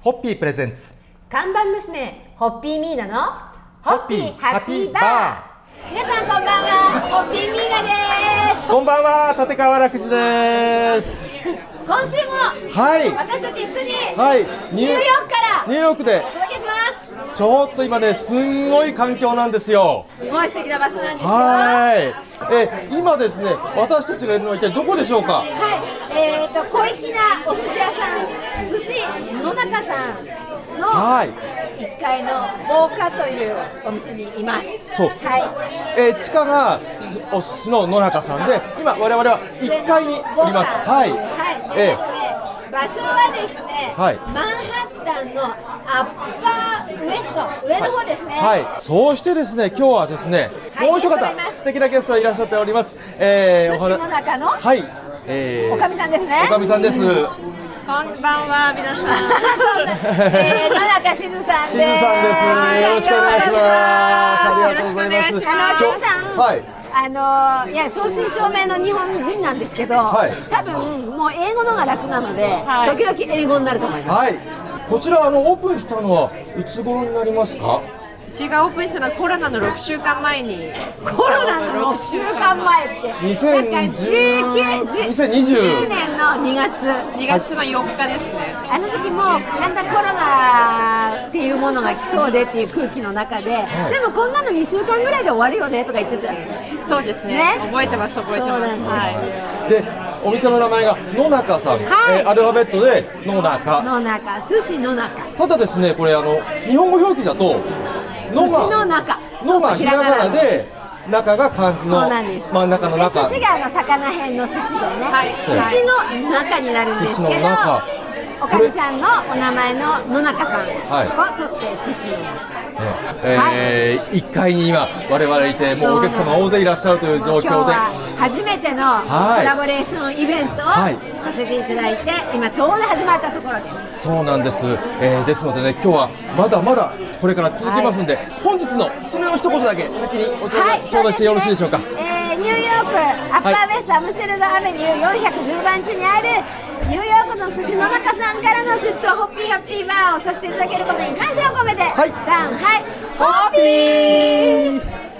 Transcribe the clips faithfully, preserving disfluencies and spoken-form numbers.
ホッピープレゼンツ看板娘ホッピーミーナのホッピーハッピーバー。 皆さんこんばんは、ホッピーミーナです。 こんばんは、立川楽寺です。 今週も、 はい、 私たち一緒に、 はい、 ニューヨークからニューヨークでお届けします。 ちょっと今ね、すんごい環境なんですよ。 すごい素敵な場所なんですよ。 はい、え今ですね、私たちがいるのは一体どこでしょうか。 はい、えーと小粋なお寿司屋さん、寿司野中さんの、はいいっかいの防火というお店にいます。 そう、 はい、 えー、地下がお寿司の野中さんで、今我々はいっかいにおります。はい、 はい、でですね、えー、場所はですね、はい、マンハッタンのアッパーウエスト上の方ですね。 はい、はい、そうしてですね、今日はですね、はい、もう一方素敵なゲストがいらっしゃっております。えー、寿司の中の、 はい、えー、 おかみさんですね。 おかみさんです。 こんばんは、皆さん。 えー、野中しずさんです。 しずさんです。よろしくお願いします。ありがとうございます。 あのしずさん、はい、あのいや正真正銘の日本人なんですけど、はい、多分もう英語のが楽なので、はい、時々英語になると思います。 はい。こちらあのオープンしたのはいつ頃になりますか。 うちがオープンしたのはコロナのろくしゅうかんまえに。 コロナのろくしゅうかんまえってにせんじゅうにじゅうねんのにがつにがつのよっかですね。 あの時もだんだんコロナっていうものが来そうでっていう空気の中で、はい、でもこんなのにしゅうかんぐらいで終わるよねとか言ってた。 そうですね、ね、覚えてます覚えてます。はい、 でお店の名前が野中さん、はい、えー、アルファベットで野中野中寿司野中。 ただですね、これあの日本語表記だと寿司の中、 野がひらがなで中が漢字の真ん中の中。 寿司があの魚辺の寿司でね、はい、寿司の中になるんですけど、おかみさんのお名前の野中さんを取って寿司の中。 えー、いっかいに今我々いて、もうお客様大勢いらっしゃるという状況で、今日は初めてのコラボレーションイベントをさせていただいて、今ちょうど始まったところです。 そうなんです、えー、ですのでね、今日はまだまだこれから続きますんで、はい、本日の締めの一言だけ先にお頂戴してよろしいでしょうか。 えー、ニューヨークアッパーウェストアムステルダムアベニューよんひゃくじゅうばんちにあるニューヨークの寿司野中さんからの出張ホッピーハッピーバーをさせていただけることに感謝を込めて、はい、さんはいホッピー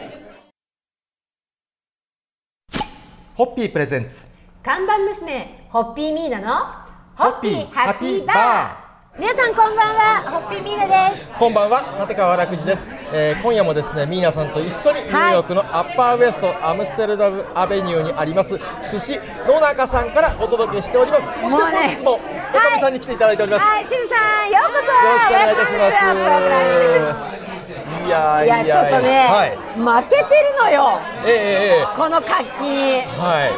ホッピープレゼンツ看板娘ホッピーミーナのホッピーハッピーバー。 皆さんこんばんは、ホッピーミーナです。 こんばんは、立川楽寺です。えー、今夜もですね、ミーナさんと一緒にニューヨークのアッパーウエストアムステルダムアベニューにあります寿司野中さんからお届けしております。そして本日もおかみさんに来ていただいております。 はい、しずさんようこそよろしくお願いいたします。いやいやいや、 ちょっとね、はい、負けてるのよ、 えーえー、 この活気に、 はい、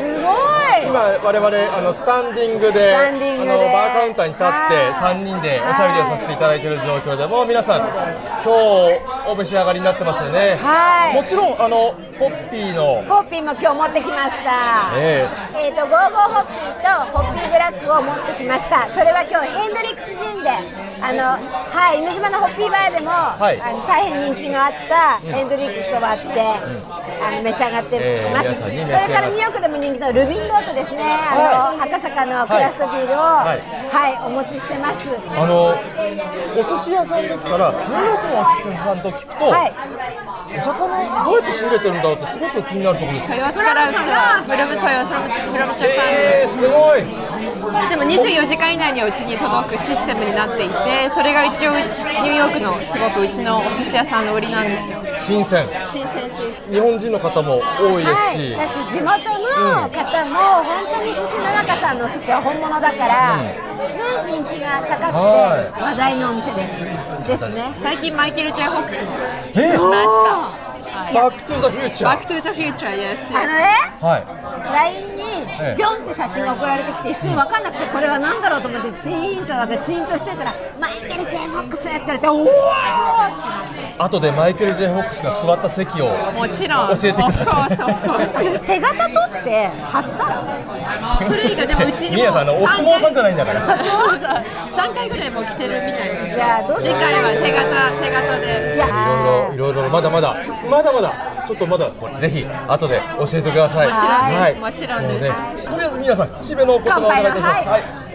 すごい。 今我々あのスタンディングであのバーカウンターに立ってさんにんでおしゃべりをさせていただいている状況で、もう皆さん今日お召し上がりになってますよね。 はい、 もちろんあのホッピーのホッピーも今日持ってきました。えー、えーとゴーゴーホッピーとホッピーブラックを持ってきました。それは今日ヘンドリックスジンであの、はい、犬島のホッピーバーでも、はい、あの大変人気のあったヘンドリックスと割って、うん、あの召し上がってます。それからニューヨークでも人気のルビンロートですね、あの、はい、赤坂のクラフトビールを、はいはい、はい、お持ちしてます。 あのお寿司屋さんですから、ニューヨークのお寿司屋さんと聞くと、はい、お魚どうやって仕入れてるんだろうってすごく気になるところです。 豊洲からうちはフラム豊フラムフラムジャパン。 えー、すごい。 でもにじゅうよじかん以内にはうちに届くシステムになっていて、それが一応ニューヨークのすごくうちのお寿司屋さんの売りなんですよ。 新鮮新鮮新鮮。 日本人の方も多いですし、 はい、私地元の方も本当に寿司の中さんの寿司は本物だから、うん、人気が高くて話題のお店ですですね。 最近マイケル・ジェイ・ホックスも来ました。 バックトゥザフューチャー。 バックトゥザフューチャー、yes。 あのね、 はい、 ライン にピョンって写真が送られてきて、一瞬分かんなくてこれは何だろうと思ってチーンと私シーンとしてたらマイケル・ジェイ・フォックスって言われて、おおって後でマイケル・ジェイ・フォックスが座った席をもちろん教えてください。 手形取って貼ったらそれ以外でもうちにもミヤさんのお相撲さんじゃないんだからさんかいぐらいも来てるみたいな。 じゃあどうしよう。 次回は手形手形で。 いや、いろいろいろいろまだまだまだまだちょっとまだぜひ後で教えてください。 はい、もちろんです。 とりあえず皆さん締めの言葉をお願いいたします。はい、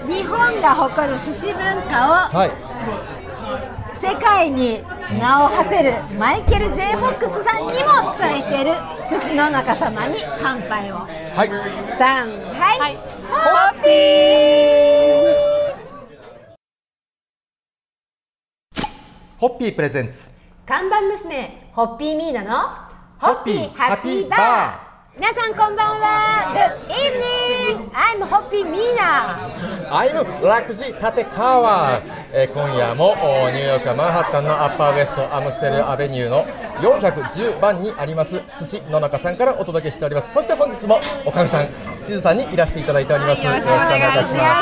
日本が誇る寿司文化を、はい、世界に名を馳せるマイケル・ J・フォックスさんにも伝えている寿司の中様に乾杯を。はい、さん、はい、はい、ホッピーホッピープレゼンツ看板娘ホッピーミーナのホッピーハッピーバー。皆さんこんばんは。 Good evening. I'm ホッピーミーナ。 I'm ラクジ立川、えー、今夜もニューヨークマンハッタンのアッパーウエストアムステルアベニューのよんひゃくじゅうばんにあります寿司の中さんからお届けしております。そして本日もおかみさんしずさんにいらしていただいております、はい、よろしくお願いいたします。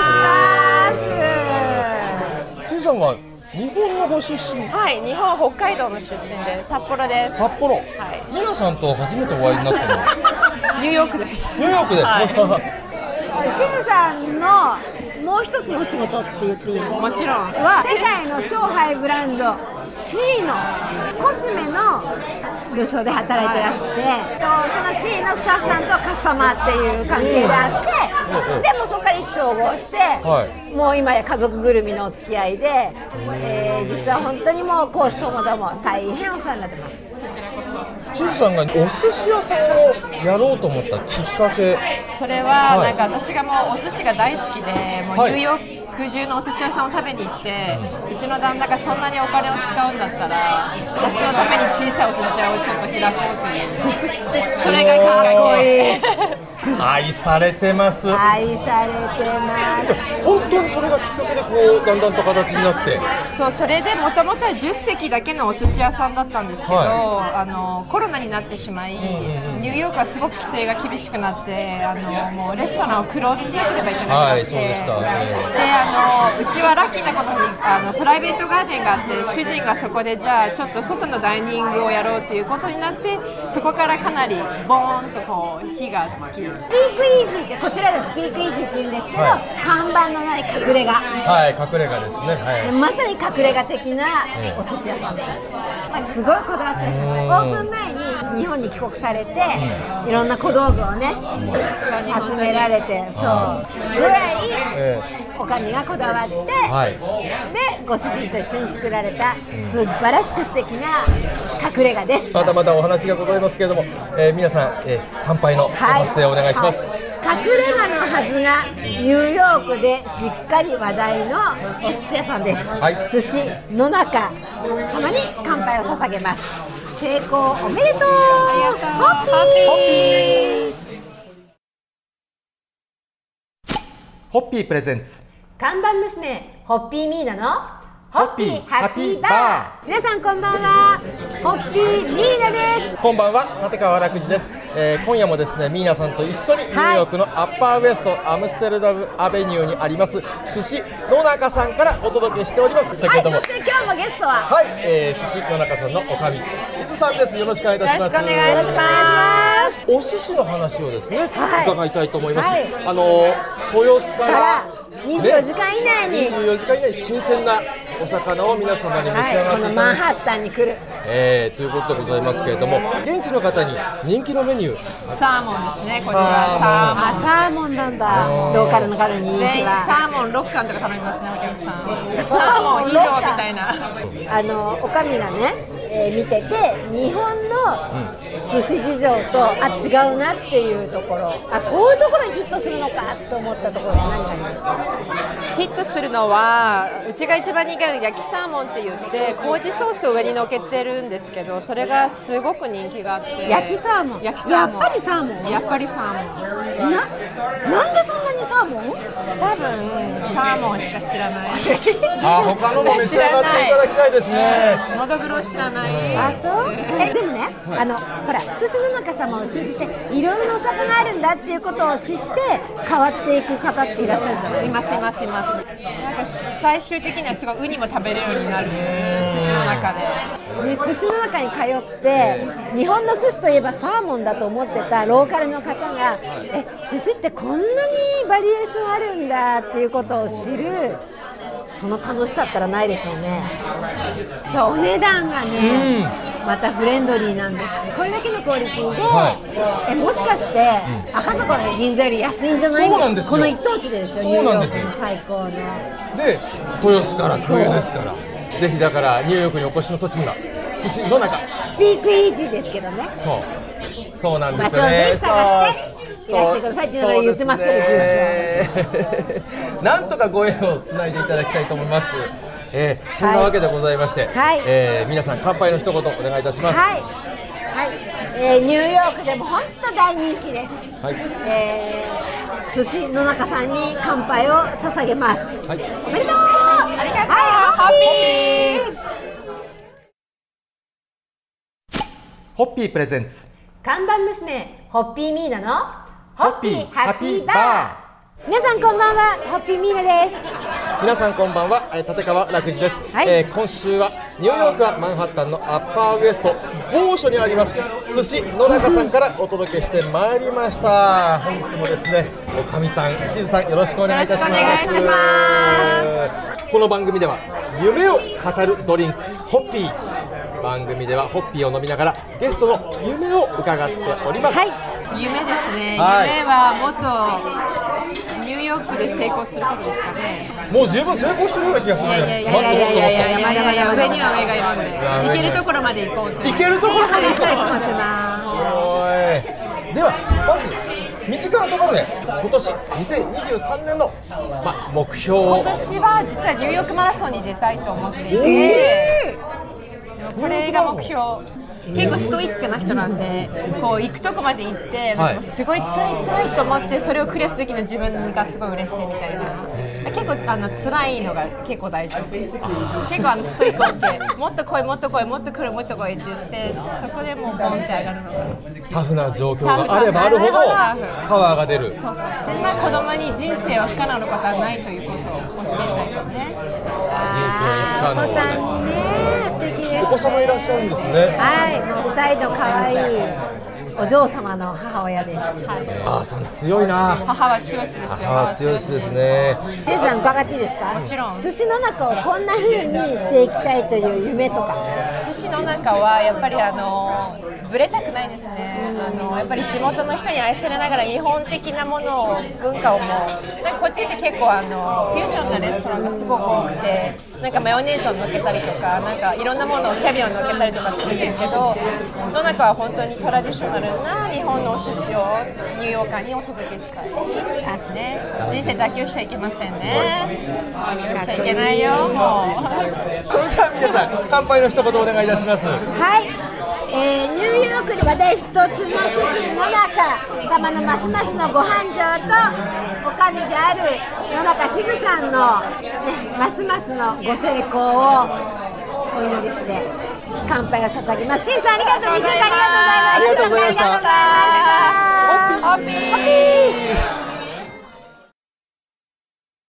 しずさんは日本のご出身？ はい、日本北海道の出身で札幌です。 札幌。はい。皆さんと初めてお会いになったのはニューヨークです。 ニューヨークで。はい、 しずさんのもう一つの仕事って言っていいの？ もちろん。 は世界の超ハイブランド シー のコスメの部署で働いてらして、はい、その シー のスタッフさんとカスタマーっていう関係があって、うん、でもそこから意気投合して、はい、もう今や家族ぐるみのお付き合いで、えー、実は本当にもう講師ともども大変お世話になってます。 しずさんがお寿司屋さんをやろうと思ったきっかけ？ それはなんか私がもうお寿司が大好きで、もうニューヨーク中のお寿司屋さんを食べに行って、はい、うちの旦那がそんなにお金を使うんだったら私のために小さいお寿司屋をちょっと開こうというそれがかっこいい愛されてます。 愛されてます。 本当にそれがきっかけでこうだんだんと形になって。 そう、それでもともとはじゅっせきだけのお寿司屋さんだったんですけど、はい、あのコロナになってしまい、うんうん、ニューヨークはすごく規制が厳しくなってあのもうレストランをクローズしなければいけなくなって、はい、そうでした、ね、であのうちはラッキーなことにあのプライベートガーデンがあって主人がそこでじゃあちょっと外のダイニングをやろうということになってそこからかなりボーンとこう火がつきスピークイージーってこちらでスピークイージーって言うんですけど、はい、看板のない隠れ家、 はい、隠れ家ですね、はい、 まさに隠れ家的なお寿司屋さんです。すごいこだわってらっしゃる。オープン前に日本に帰国されて、うん、いろんな小道具をね、うん、集められて、そうぐらい、えー、おかみがこだわって、はい、でご主人と一緒に作られた素晴らしく素敵な隠れ家です。 まだまだお話がございますけれども、えー、皆さん、えー、乾杯のご発声をお願いします。はいはい、隠れ家のはずがニューヨークでしっかり話題のお寿司屋さんです。はい、寿司の中様に乾杯を捧げます。成功おめでとう。ホッピーホッピープレゼンツ看板娘ホッピーミーナのホッピーハッピーバー。皆さんこんばんは。ホッピーミーナです。 こんばんは、立川楽寺です。えー、今夜もですねミーナさんと一緒にニューヨークのアッパーウエストアムステルダムアベニューにあります寿司の中さんからお届けしております。 はい、そして今日もゲストははい、えー、寿司の中さんのおかみしずさんです。よろしくお願いいたします。 よろしくお願いします。 お寿司の話をですね、はい、伺いたいと思います。はい、あの豊洲からにじゅうよじかん以内に、 ね、にじゅうよじかん以内に新鮮なお魚を皆様に召し上がっていただいて、はい、 このマンハッタンに来る、 えー、ということでございますけれども、現地の方に人気のメニューサーモンですね。こちらサーモン。あ、サーモンなんだ。ローカルの方に人気は全員サーモンろっかんとか頼みますね、お客さん。サーモン以上みたいな。 あのおかみがね、えー、見てて日本の寿司事情とあ違うなっていうところ、あこういうところにヒットするのかと思ったところは何がありますか？ ヒットするのはうちが一番人気なの焼きサーモンって言って麹ソースを上にのっけてるんですけど、それがすごく人気があって。 焼きサーモン。 焼きサーモン。 やっぱりサーモン。 やっぱりサーモン。 な、なんでそんなにサーモン？ 多分サーモンしか知らない。 あ、他のも召し上がっていただきたいですね。 のどぐろ知らない。 あ、そう。え、でもね、あのほら寿司の中様を通じていろいろなお魚があるんだっていうことを知って変わっていく方っていらっしゃるじゃないですか。 いますいますいます。なんか最終的にはすごいウニも食べれるようになる寿司の中で。 ね、寿司の中に通って日本の寿司といえばサーモンだと思ってたローカルの方が、え、寿司ってこんなにバリエーションあるんだっていうことを知るその楽しさったらないでしょうね。そう、お値段がね、うん、またフレンドリーなんです。これだけのクオリティで、はい、えもしかして、うん、赤坂の銀座より安いんじゃない？ そうなんですよ。 この一等地でですよ。 そうなんですよ。 最高の。 で、豊洲から空輸ですから、ぜひだからニューヨークにお越しの時には寿司の中。 スピークイージーですけどね。 そう、そうなんですよね。 場所をぜひ探していらしてくださいっていうのが言ってますけど、住所。なんとかご縁をつないでいただきたいと思います。えー、そんなわけでございまして、はい、えー、皆さん乾杯の一言お願いいたします。 はい、はい、えー、ニューヨークでも本当大人気です。はい、えー、寿司の中さんに乾杯を捧げます。はい、おめでとう。ありがとう。はい、ホッピー。 ホッピープレゼンツ。 看板娘ホッピーミーナのホッピーハッピーバー。 皆さんこんばんは、ホッピーミーナです。 皆さんこんばんは、立川楽寺です。はい、えー、今週はニューヨークはマンハッタンのアッパーウエスト某所にあります寿司の中さんからお届けしてまいりました。本日もですね、おかみさん、しずさんよろしくお願いいたします。よろしくお願いします。この番組では夢を語るドリンクホッピー。番組ではホッピーを飲みながらゲストの夢を伺っております。はい、 夢ですね、はい、夢はもっとニューヨークで成功することですかね。 もう十分成功してるような気がするね。 いやいやいやいやいやいやいやいや、上には上がいるんで、行けるところまで行こうと。 行けるところまで行こう。 すごい。 ではまず身近なところで今年にせんにじゅうさんねんの、まあ、目標を。 今年は実はニューヨークマラソンに出たいと思っていて、えー、これが目標。結構ストイックな人なんで、こう行くとこまで行ってなんかすごい辛い辛いと思ってそれをクリアする時の自分がすごい嬉しいみたいな。結構あの辛いのが結構大丈夫。結構あのストイックってもっと来いもっと来いもっと来るもっと来いって言ってそこでもうボンって上がるのがタフな状況があればあるほどパワーが出る。 そうそうそう。で、まあ、子供に人生は不可能なことはないということを教えたいですね。 人生に不可能はない。お子様いらっしゃるんですね。 はい、もうふたりの可愛いお嬢様の母親です。はい、 あーさん強いな。 母は強しですよ。 母は強しですね。 ジェイさん伺っていいですか？ もちろん。 寿司の中をこんな風にしていきたいという夢とか。 寿司の中はやっぱりあのぶれたくないですね。あのやっぱり地元の人に愛されながら日本的なものを文化をもうなんかこっちって結構あのフュージョンなレストランがすごく多くて。なんかマヨネーズをのっけたりとか、なんかいろんなものをキャビアをのっけたりとかするんですけど、の中は本当にトラディショナルな日本のお寿司をニューヨーカーにお届けしたいですね。人生妥協しちゃいけませんね。妥協しちゃいけないよ、もう。 それでは皆さん、乾杯の一言お願いいたします。 はい。えー、ニューヨークで話題沸騰中の寿司の中様のますますのご繁盛とおかみである野中しずさんの、ね、ますますのご成功をお祈りして乾杯を捧げます。しんさんありがとう、にしゅうかんありがとうございます。